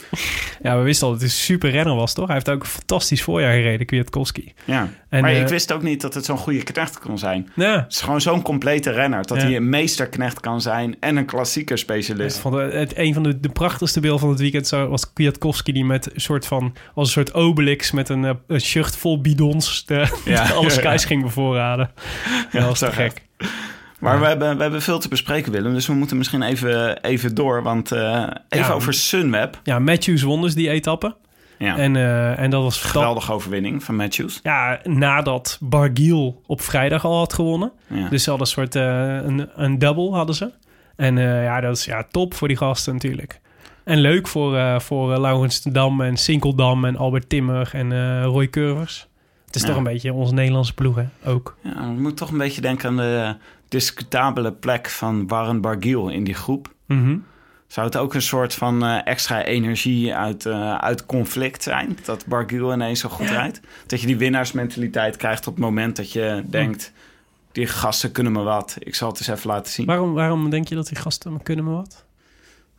Ja, we wisten al dat hij een super renner was, toch? Hij heeft ook een fantastisch voorjaar gereden, Kwiatkowski. Ja. En, maar uh, ik wist ook niet dat het zo'n goede knecht kon zijn. Ja. Het is gewoon zo'n complete renner. Dat Ja. hij een meesterknecht kan zijn en een klassieker specialist. Van de, het, een van de, de prachtigste beelden van het weekend zo- was Kwiatkowski die met een soort van, als een soort Obelix met een, uh, een shirt vol bidons de, Ja. de alle skies ging bevoorraden. Ja, dat was te zo gek. Maar Ja. we, hebben, we hebben veel te bespreken, Willem. Dus we moeten misschien even, even door. Want uh, even Ja. over Sunweb. Ja, Matthews won dus die etappe. Ja. En, uh, en dat was Geweldige overwinning van Matthews. Ja, nadat Barguil op vrijdag al had gewonnen. Ja. Dus ze hadden een soort uh, een, een double hadden ze. En uh, ja, dat is ja, top voor die gasten natuurlijk. En leuk voor, uh, voor uh, Laurens de Dam en Sinkeldam en Albert Timmer en uh, Roy Curvers. Het is Ja. toch een beetje onze Nederlandse ploeg, hè? Ook. Ja, ik moet toch een beetje denken aan de discutabele plek van Warren Barguil in die groep. Mm-hmm. Zou het ook een soort van uh, extra energie uit, uh, uit conflict zijn? Dat Barguil ineens zo goed Ja. rijdt? Dat je die winnaarsmentaliteit krijgt op het moment dat je denkt... die gasten kunnen me wat. Ik zal het eens even laten zien. Waarom, waarom denk je dat die gasten kunnen me wat?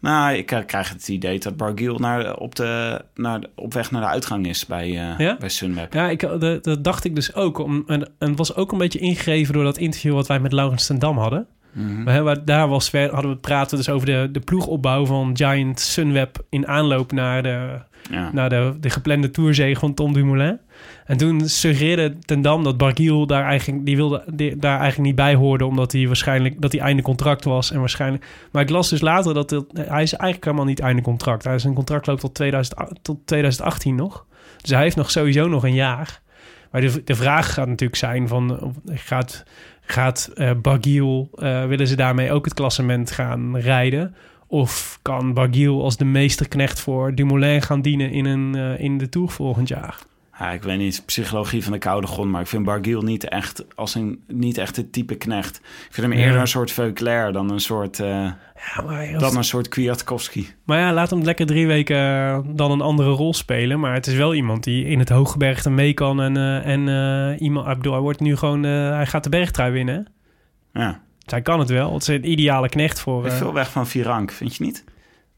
Nou, ik uh, krijg het idee dat Barguil naar, op, de, naar de, op weg naar de uitgang is bij, uh, ja? bij Sunweb. Ja, ik, dat, dat dacht ik dus ook. Om, en, en het was ook een beetje ingegeven door dat interview wat wij met Laurens ten Dam hadden. Mm-hmm. Maar, waar, daar was, hadden we praten dus over de, de ploegopbouw van Giant Sunweb in aanloop naar de, ja. naar de, de geplande tourzege van Tom Dumoulin. En toen suggereerde ten Dam dat Barguil daar eigenlijk, die wilde, die, daar eigenlijk niet bij hoorde, omdat hij waarschijnlijk dat hij einde contract was. En waarschijnlijk, maar ik las dus later dat het, hij is eigenlijk helemaal niet einde contract. Hij zijn contract loopt tot, tweeduizend, tot tweeduizend achttien nog. Dus hij heeft nog sowieso nog een jaar. Maar de, de vraag gaat natuurlijk zijn van gaat, gaat uh, Barguil, uh, willen ze daarmee ook het klassement gaan rijden? Of kan Barguil als de meesterknecht voor Dumoulin gaan dienen in, een, uh, in de Tour volgend jaar? Ja, ik weet niet, psychologie van de koude grond, maar ik vind Barguil niet echt als een niet echt het type knecht. Ik vind hem eerder ja. een soort Veuclair dan een soort uh, ja, maar dan een soort Kwiatkowski. Maar ja, laat hem lekker drie weken uh, dan een andere rol spelen. Maar het is wel iemand die in het hooggebergte mee kan en uh, en uh, iemand, ik bedoel, hij wordt nu gewoon, uh, hij gaat de bergtrui winnen. Ja. Dus hij kan het wel. Het is een ideale knecht voor. Uh, uh, veel weg van Virank, vind je niet?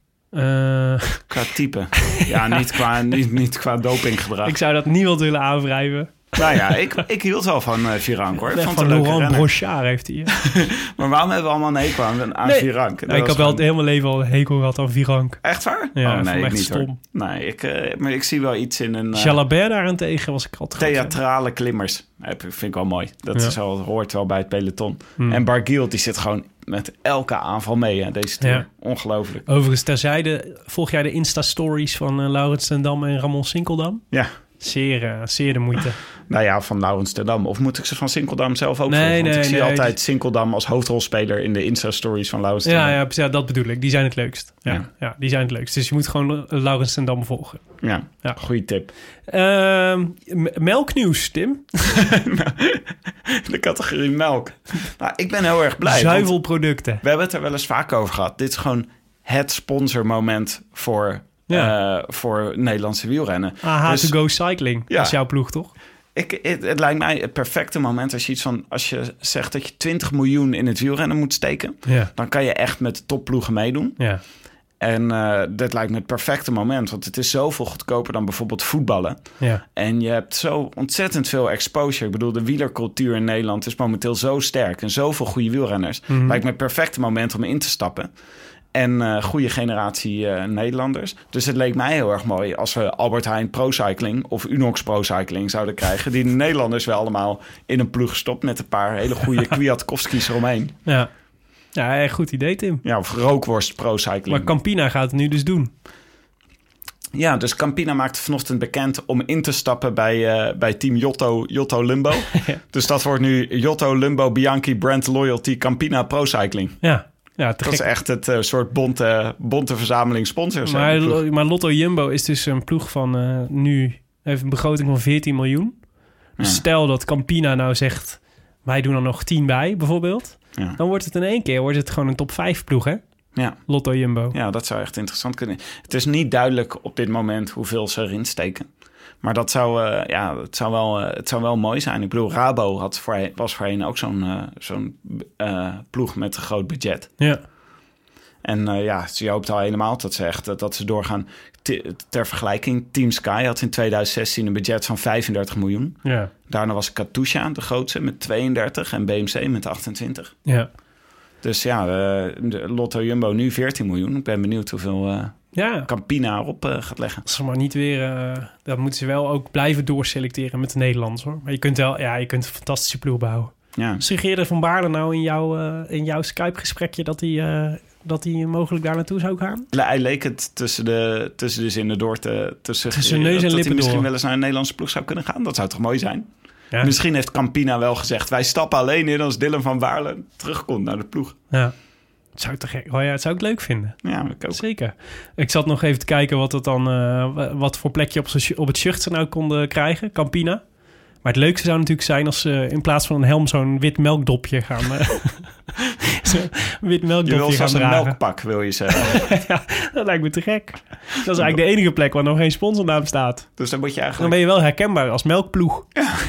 Uh... Qua type. Ja, niet qua, niet, niet qua dopinggedrag. Ik zou dat niemand willen aanwrijven. Nou ja, ik, ik hield wel van uh, Virank, hoor. Ik vond van Laurent Brochard heeft hij. Maar waarom hebben we allemaal een hekel aan, aan nee. Virank? Nee, ik heb wel het hele leven al een hekel gehad aan Virank. Echt waar? Ja, oh, nee, ik echt niet, stom. Hoor. Nee, ik, uh, maar ik zie wel iets in een... Uh, Jalabert daarentegen was ik altijd theatrale klimmers. Dat vind ik wel mooi. Dat ja. is al, hoort wel bij het peloton. Hmm. En Barguil, die zit gewoon met elke aanval mee, hè, deze tour. Ja. Ongelooflijk. Overigens, terzijde, volg jij de Insta-stories van uh, Laurens ten Dam en Ramon Sinkeldam? Ja. Zeer, uh, zeer de moeite. Nou ja, van Laurens ten Dam. Of moet ik ze van Sinkeldam zelf ook nee, volgen? Want nee, ik zie nee, altijd die... Sinkeldam als hoofdrolspeler in de Insta-stories van Laurens ten ja, Dam. Ja, ja, dat bedoel ik. Die zijn het leukst. Ja, ja. ja die zijn het leukst. Dus je moet gewoon uh, Laurens ten Dam volgen. Ja, ja. Goeie tip. Uh, m- melknieuws, Tim. De categorie melk. Nou, ik ben heel erg blij. Zuivelproducten. We hebben het er wel eens vaak over gehad. Dit is gewoon het sponsormoment voor... Ja. Uh, voor Nederlandse wielrennen. A H dus, to go cycling, ja. Dat is jouw ploeg, toch? Ik, het, het lijkt mij het perfecte moment als je iets van... als je zegt dat je twintig miljoen in het wielrennen moet steken... Ja. Dan kan je echt met de topploegen meedoen. Ja. En uh, dat lijkt me het perfecte moment. Want het is zoveel goedkoper dan bijvoorbeeld voetballen. Ja. En je hebt zo ontzettend veel exposure. Ik bedoel, de wielercultuur in Nederland is momenteel zo sterk. En zoveel goede wielrenners. Mm-hmm. Lijkt me het perfecte moment om in te stappen. En uh, goede generatie uh, Nederlanders. Dus het leek mij heel erg mooi als we Albert Heijn Pro Cycling of Unox Pro Cycling zouden krijgen. Die Nederlanders wel allemaal in een ploeg stopt met een paar hele goede Kwiatkowski's eromheen. Ja. Ja, goed idee, Tim. Ja, of Rookworst Pro Cycling. Maar Campina gaat het nu dus doen. Ja, dus Campina maakte vanochtend bekend om in te stappen bij, uh, bij team Jotto, Jotto Lumbo. Ja. Dus dat wordt nu Jotto Lumbo Bianchi Brand Loyalty Campina Pro Cycling. Ja. Ja, dat is echt het uh, soort bonte, bonte verzameling sponsors. Maar, maar Lotto Jumbo is dus een ploeg van uh, nu... heeft een begroting van veertien miljoen. Dus ja. Stel dat Campina nou zegt... wij doen er nog tien bij, bijvoorbeeld. Ja. Dan wordt het in één keer wordt het gewoon een top vijf ploeg, hè? Ja. Lotto Jumbo. Ja, dat zou echt interessant kunnen. Het is niet duidelijk op dit moment hoeveel ze erin steken. Maar dat zou, uh, ja, het zou, wel, uh, het zou wel mooi zijn. Ik bedoel, Rabo had voorheen, was voorheen ook zo'n, uh, zo'n uh, ploeg met een groot budget. Ja. En uh, ja, ze hoopt al helemaal dat ze echt dat ze doorgaan. T- ter vergelijking, Team Sky had in twintig zestien een budget van vijfendertig miljoen. Ja. Daarna was Katusha de grootste met tweeëndertig en B M C met achtentwintig. Ja. Dus ja, uh, de Lotto Jumbo nu veertien miljoen. Ik ben benieuwd hoeveel uh, ja. Campina erop uh, gaat leggen. Als ze maar niet weer... Uh, dat moeten ze wel ook blijven doorselecteren met de Nederlanders, hoor. Maar je kunt wel, ja, je kunt een fantastische ploeg bouwen. Ja. Suggereerde Van Baarle nou in, jou, uh, in jouw Skype-gesprekje dat hij... Uh, dat hij mogelijk daar naartoe zou gaan? Hij leek het tussen de, tussen de zinnen door te... Tussen, tussen neus en dat lippen hij misschien door. wel eens naar een Nederlandse ploeg zou kunnen gaan. Dat zou toch mooi zijn? Ja. Misschien heeft Campina wel gezegd... wij stappen alleen in als Dylan van Baarle terugkomt naar de ploeg. Ja. Dat zou ik toch gek. Oh ja, dat zou ik leuk vinden. Ja, ik ook. Zeker. Ik zat nog even te kijken wat het dan... Uh, wat voor plekje op, op het shirt ze nou konden krijgen. Campina. Maar het leukste zou natuurlijk zijn als ze in plaats van een helm zo'n wit melkdopje gaan... Uh, wit melkdopje Je wil gaan zoals een dragen. melkpak, wil je zeggen. Ja, dat lijkt me te gek. Dat is eigenlijk de enige plek waar nog geen sponsornaam staat. Dus dan moet je Dan eigenlijk... ben je wel herkenbaar als melkploeg.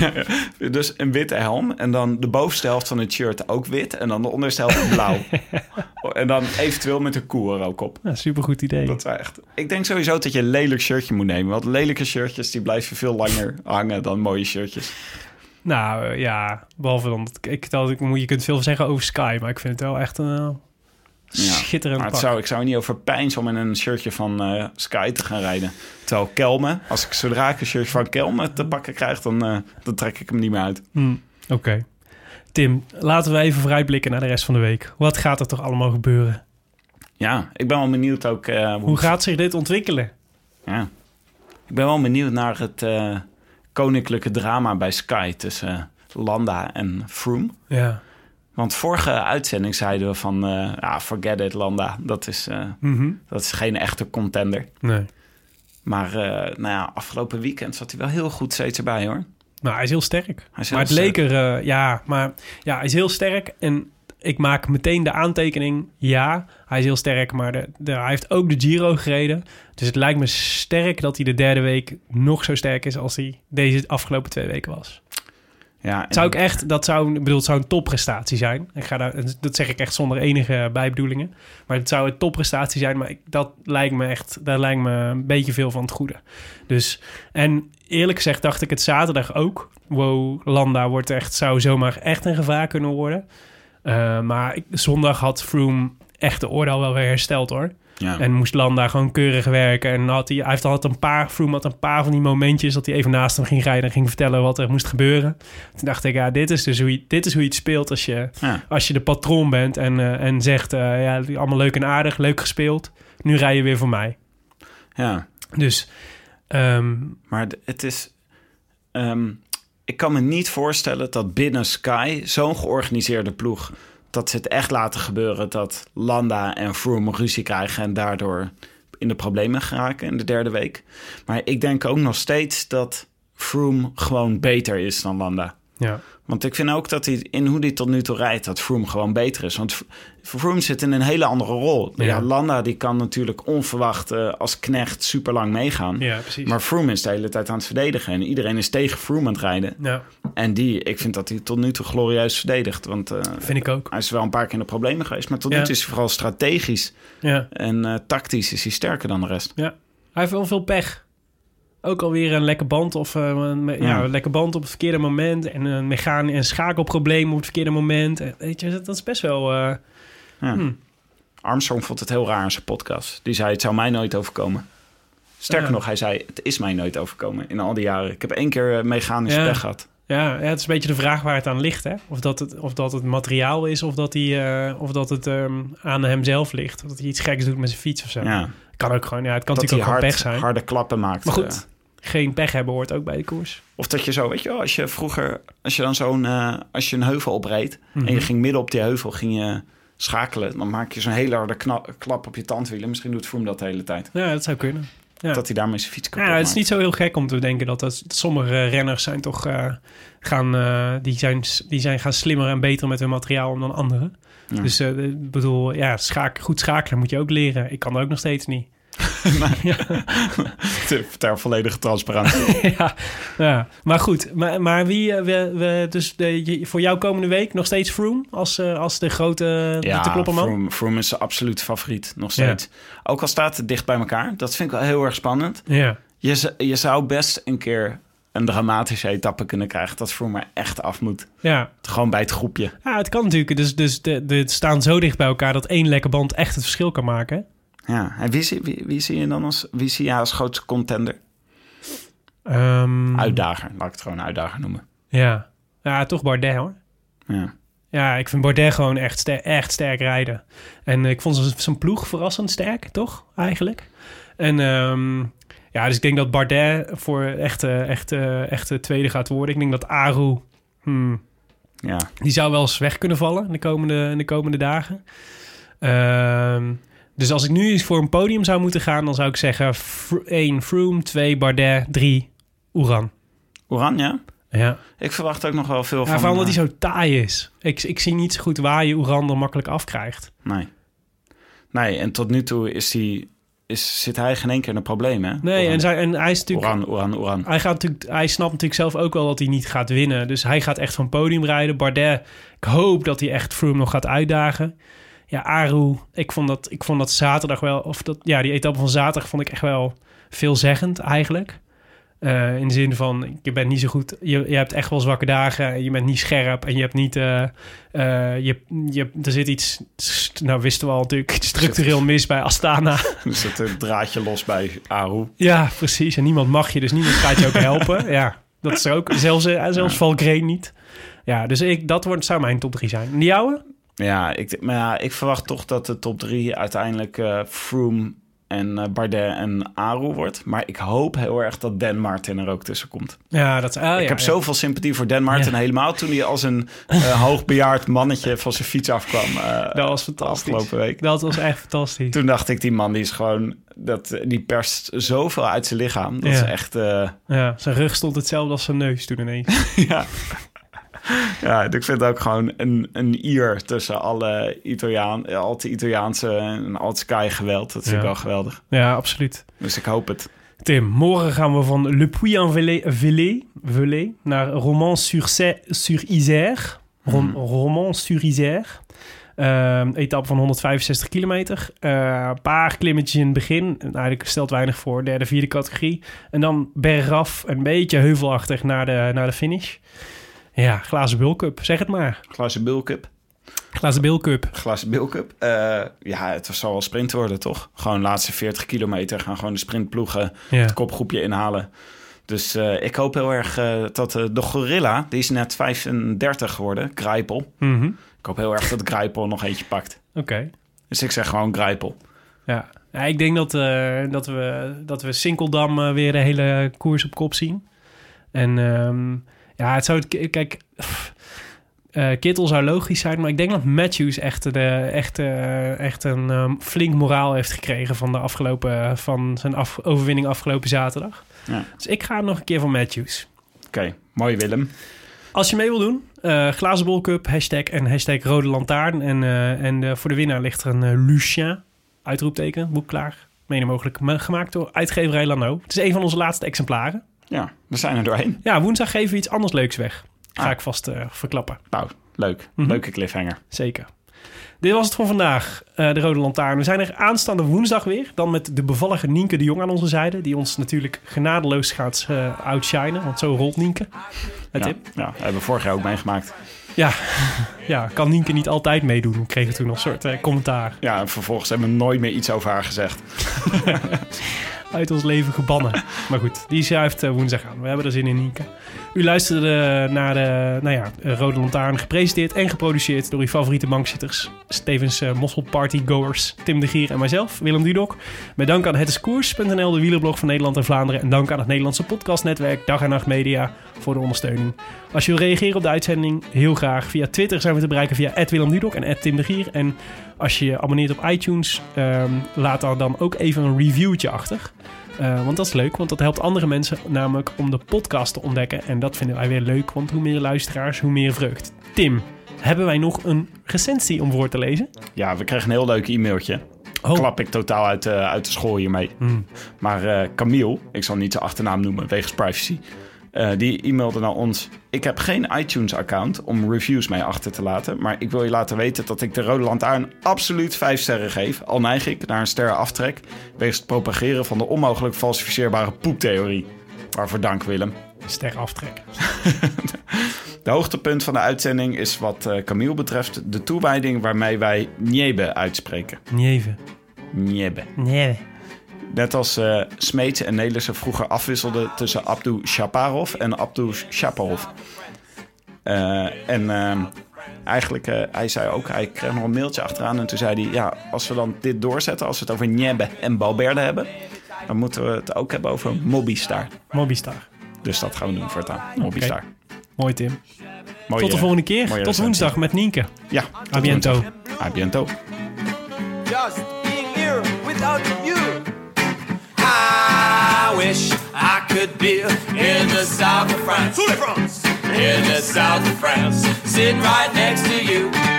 Dus een witte helm en dan de bovenste helft van het shirt ook wit... en dan de onderste helft blauw. En dan eventueel met een koe er ook op. Ja, supergoed idee. Dat is echt... Ik denk sowieso dat je een lelijk shirtje moet nemen. Want lelijke shirtjes die blijven veel langer hangen dan mooie shirtjes. Nou uh, ja, behalve dan... dat- Ik, dat, ik, je kunt veel zeggen over Sky, maar ik vind het wel echt een uh, schitterend maar het pak. zou, ik zou er niet over pijns om in een shirtje van uh, Sky te gaan rijden. Terwijl Kelme, als ik zodra ik een shirtje van Kelme te pakken krijg... dan, uh, dan trek ik hem niet meer uit. Hmm, Oké. Okay. Tim, laten we even vooruitblikken naar de rest van de week. Wat gaat er toch allemaal gebeuren? Ja, ik ben wel benieuwd ook... Uh, hoe, hoe gaat zich dit ontwikkelen? Ja, ik ben wel benieuwd naar het uh, koninklijke drama bij Sky... tussen uh, Landa en Froome. Ja. Want vorige uitzending zeiden we van... Uh, ja, forget it, Landa. Dat is, uh, Mm-hmm. dat is geen echte contender. Nee. Maar uh, nou ja, afgelopen weekend zat hij wel heel goed steeds erbij, hoor. Nou, hij is heel sterk. Hij is maar heel het leek sterk. er... Uh, ja, maar ja, hij is heel sterk. En ik maak meteen de aantekening... Ja, hij is heel sterk, maar de, de, hij heeft ook de Giro gereden. Dus het lijkt me sterk dat hij de derde week nog zo sterk is... als hij deze afgelopen twee weken was. Ja, Het zou ik echt, dat zou, ik bedoel, het zou een topprestatie zijn. Ik ga daar, dat zeg ik echt zonder enige bijbedoelingen. Maar het zou een topprestatie zijn, maar ik, dat lijkt me echt, daar lijkt me een beetje veel van het goede. Dus, en eerlijk gezegd dacht ik het zaterdag ook. Wow, Landa wordt echt, zou zomaar echt een gevaar kunnen worden. Uh, maar ik, zondag had Froome echt de orde al wel weer hersteld, hoor. Ja. En moest Landa gewoon keurig werken. En had hij, hij heeft altijd een paar, Froome had een paar van die momentjes... dat hij even naast hem ging rijden en ging vertellen wat er moest gebeuren. Toen dacht ik, ja, dit is dus hoe je, dit is hoe je het speelt als je, Ja. als je de patroon bent... en, uh, en zegt, uh, ja, allemaal leuk en aardig, leuk gespeeld. Nu rij je weer voor mij. Ja. Dus... Um, maar het is... Um, ik kan me niet voorstellen dat binnen Sky zo'n georganiseerde ploeg... dat ze het echt laten gebeuren dat Landa en Froome ruzie krijgen... en daardoor in de problemen geraken in de derde week. Maar ik denk ook nog steeds dat Froome gewoon beter is dan Landa. Ja. Want ik vind ook dat hij in hoe hij tot nu toe rijdt... dat Froome gewoon beter is. Want Froome zit in een hele andere rol. Ja. Ja, Landa die kan natuurlijk onverwacht uh, als knecht super lang meegaan. Ja, precies. Maar Froome is de hele tijd aan het verdedigen. En iedereen is tegen Froome aan het rijden. Ja. En die, ik vind dat hij tot nu toe glorieus verdedigt. Want uh, vind ik ook. Hij is wel een paar keer in de problemen geweest. Maar tot ja. nu toe is hij vooral strategisch. Ja. En uh, tactisch is hij sterker dan de rest. Ja. Hij heeft wel veel pech. Ook alweer een lekke band of uh, een, ja, ja. een lekke band op het verkeerde moment. En een mechaan- en schakelprobleem op het verkeerde moment. Weet je, dat is best wel... Uh, ja. hmm. Armstrong vond het heel raar in zijn podcast. Die zei, het zou mij nooit overkomen. Sterker ja. nog, hij zei, het is mij nooit overkomen in al die jaren. Ik heb één keer uh, mechanische ja. pech gehad. Ja, ja, het is een beetje de vraag waar het aan ligt. Hè? Of, dat het, of dat het materiaal is, of dat, hij, uh, of dat het um, aan hemzelf ligt. Of dat hij iets geks doet met zijn fiets of zo. Ja. Kan ook gewoon, ja, het kan dat natuurlijk ook hard, pech zijn. harde klappen maakt. Maar goed, uh, geen pech hebben hoort ook bij de koers. Of dat je zo, weet je wel, als je vroeger, als je dan zo'n, uh, als je een heuvel opreed mm-hmm. en je ging midden op die heuvel, ging je schakelen, dan maak je zo'n hele harde kna- klap op je tandwielen. Misschien doet Froome dat de hele tijd. Ja, dat zou kunnen. Ja. Dat hij daarmee zijn fiets kapot Ja, maakt. het is niet zo heel gek om te denken dat, dat sommige renners zijn toch uh, gaan, uh, die zijn, die zijn gaan slimmer en beter met hun materiaal dan anderen. Ja. Dus ik uh, bedoel, ja, schaak, goed schakelen moet je ook leren. Ik kan dat ook nog steeds niet. ja. Ter volledige transparantie. ja, ja, maar goed. Maar, maar wie, we, we, dus de, voor jou komende week nog steeds Froome als, als de grote ja, de klopperman? Froome, Froome is de absolute favoriet, nog steeds. Ja. Ook al staat het dicht bij elkaar. Dat vind ik wel heel erg spannend. Ja. Je, je zou best een keer een dramatische etappe kunnen krijgen dat Froome er echt af moet. Ja. Gewoon bij het groepje. Ja, het kan natuurlijk. Dus, dus de, de staan zo dicht bij elkaar dat één lekke band echt het verschil kan maken. Ja, en wie zie, wie, wie zie je dan als, wie zie je als grootste contender? Um, uitdager, laat ik het gewoon uitdager noemen. Ja, ja toch Bardet hoor. Ja. Ja, ik vind Bardet gewoon echt, ster- echt sterk rijden. En ik vond zijn ploeg verrassend sterk, toch? Eigenlijk. En um, ja, dus ik denk dat Bardet voor echt, echt, echt de tweede gaat worden. Ik denk dat Aru, hmm, ja. die zou wel eens weg kunnen vallen in de komende, in de komende dagen. Um, dus als ik nu eens voor een podium zou moeten gaan, dan zou ik zeggen één Froome, twee Bardet, drie Uran. Uran, ja? Ja. Ik verwacht ook nog wel veel ja, van... Vooral omdat uh, hij zo taai is. Ik, ik zie niet zo goed waar je Oeran er makkelijk afkrijgt. Nee. Nee, en tot nu toe is hij, is, zit hij geen één keer in een probleem, hè? Nee, Oeran. en, zij, en hij is natuurlijk... Oeran, Oeran, Oeran. Hij, gaat natuurlijk, hij snapt natuurlijk zelf ook wel dat hij niet gaat winnen. Dus hij gaat echt van podium rijden. Bardet, ik hoop dat hij echt Froome nog gaat uitdagen. Ja, Aru, ik vond dat, ik vond dat zaterdag wel... Of dat, ja, die etappe van zaterdag vond ik echt wel veelzeggend eigenlijk. Uh, in de zin van, je bent niet zo goed... Je, je hebt echt wel zwakke dagen. Je bent niet scherp. En je hebt niet... Uh, uh, je, je, er zit iets... Nou, wisten we al natuurlijk... structureel mis bij Astana. Er zit een draadje los bij Aru. Ja, precies. En niemand mag je. Dus niemand gaat je ook helpen. Ja, dat is er ook. Zelfs, uh, zelfs ja. Valkrein niet. Ja, dus ik, dat wordt, zou mijn top drie zijn. En die jouwe? Ja, ik, maar ja, ik verwacht toch dat de top drie uiteindelijk uh, Froome... en uh, Bardet en Aru wordt. Maar ik hoop heel erg dat Dan Martin er ook tussen komt. Ja, dat, oh, ik ja, heb ja. zoveel sympathie voor Dan Martin. Ja. Helemaal toen hij als een uh, hoogbejaard mannetje van zijn fiets afkwam. Uh, dat was fantastisch. Afgelopen week. Dat was echt fantastisch. Toen dacht ik, die man die is gewoon... Dat, die perst zoveel uit zijn lichaam. Dat ja. is echt... Uh... Ja, zijn rug stond hetzelfde als zijn neus toen ineens. ja. Ja, ik vind ook gewoon een, een Ier tussen alle Italiaan, al het Italiaanse en al het Sky-geweld. Dat vind ja. ik wel geweldig. Ja, absoluut. Dus ik hoop het. Tim, morgen gaan we van Le Puy-en-Velay naar Romans-sur-Isère. Rom, mm. Romans-sur-Isère. Uh, etappe van honderdvijfenzestig kilometer. Een uh, paar klimmetjes in het begin. Eigenlijk stelt weinig voor. Derde, vierde categorie. En dan bergaf, een beetje heuvelachtig naar de, naar de finish. Ja, glazen bulcup, zeg het maar. Glazen bulcup. Glazen bulcup. Glazen bulcup. Uh, ja, het zal wel sprint worden, toch? Gewoon de laatste veertig kilometer gaan gewoon de sprintploegen ja. het kopgroepje inhalen. Dus uh, ik hoop heel erg uh, dat uh, de Gorilla, die is net vijfendertig geworden, Greipel. Mm-hmm. Ik hoop heel erg dat Greipel nog eentje pakt. Oké. Okay. Dus ik zeg gewoon Greipel. Ja, ja ik denk dat, uh, dat we, dat we Sinkeldam uh, weer de hele koers op kop zien. En... Um, Ja, het zou... Kijk, uh, Kittel zou logisch zijn, maar ik denk dat Matthews echt, de, echt, uh, echt een um, flink moraal heeft gekregen van, de afgelopen, van zijn af, overwinning afgelopen zaterdag. Ja. Dus ik ga nog een keer van Matthews. Oké, okay, mooi Willem. Als je mee wil doen, uh, Glazen Bol Cup, hashtag en hashtag Rode Lantaarn. En, uh, en uh, voor de winnaar ligt er een uh, Lucien, uitroepteken, boek klaar. Mede mogelijk gemaakt door uitgeverij Lano. Het is een van onze laatste exemplaren. Ja, we zijn er doorheen. Ja, woensdag geven we iets anders leuks weg. Ga ah. ik vast uh, verklappen. Nou, leuk. Mm-hmm. Leuke cliffhanger. Zeker. Dit was het voor vandaag, uh, de Rode Lantaarn. We zijn er aanstaande woensdag weer. Dan met de bevallige Nienke de Jong aan onze zijde. Die ons natuurlijk genadeloos gaat uh, outshinen. Want zo rolt Nienke. Ja, tip. Ja, hebben we vorig jaar ook meegemaakt. Ja, ja, kan Nienke niet altijd meedoen? We kregen toen nog een soort uh, commentaar. Ja, en vervolgens hebben we nooit meer iets over haar gezegd. Uit ons leven gebannen. Maar goed, die schuift uh, woensdag aan. We hebben er zin in, Nienke. U luisterde naar de nou ja, Rode Lantaarn, gepresenteerd en geproduceerd door uw favoriete bankzitters. Stevens uh, Mosselpartygoers, Tim de Gier en mijzelf, Willem Dudok. Met dank aan hetskoers punt n l, de wielerblog van Nederland en Vlaanderen. En dank aan het Nederlandse podcastnetwerk Dag en Nacht Media voor de ondersteuning. Als je wil reageren op de uitzending, heel graag. Via Twitter zijn we te bereiken via at Willem Dudok en at Tim de Gier. En als je je abonneert op iTunes, um, laat daar dan ook even een reviewtje achter. Uh, want dat is leuk, want dat helpt andere mensen namelijk om de podcast te ontdekken. En dat vinden wij weer leuk, want hoe meer luisteraars, hoe meer vreugd. Tim, hebben wij nog een recensie om voor te lezen? Ja, we kregen een heel leuk e-mailtje. Oh. Klap ik totaal uit, uh, uit de school hiermee. Mm. Maar uh, Camille, ik zal niet zijn achternaam noemen, wegens privacy... Uh, die e-mailde naar ons. Ik heb geen iTunes-account om reviews mee achter te laten. Maar ik wil je laten weten dat ik de Rode Lantaarn absoluut vijf sterren geef. Al neig ik naar een sterren aftrek. Wegens het propageren van de onmogelijk falsificeerbare poeptheorie. Waarvoor dank, Willem. Ster aftrek. De hoogtepunt van de uitzending is wat uh, Camille betreft de toewijding waarmee wij Niebe uitspreken. Niebe. Niebe. Niebe. Net als uh, Smeets en Nelissen vroeger afwisselden tussen Abdou Shaparov en Abdou Shaparov. Uh, en uh, eigenlijk, uh, hij zei ook, hij kreeg nog een mailtje achteraan. En toen zei hij, ja, als we dan dit doorzetten, als we het over Niebe en Balberde hebben, dan moeten we het ook hebben over Mobistar. Mobistar. Dus dat gaan we doen voortaan. Mobistar. Okay. Mooi, Tim. Mooie, tot de volgende keer. Tot recensie. Woensdag met Nienke. Ja. A biento. A biento. Just being here without you. I wish I could be in the south of France. in the south of France, sitting right next to you.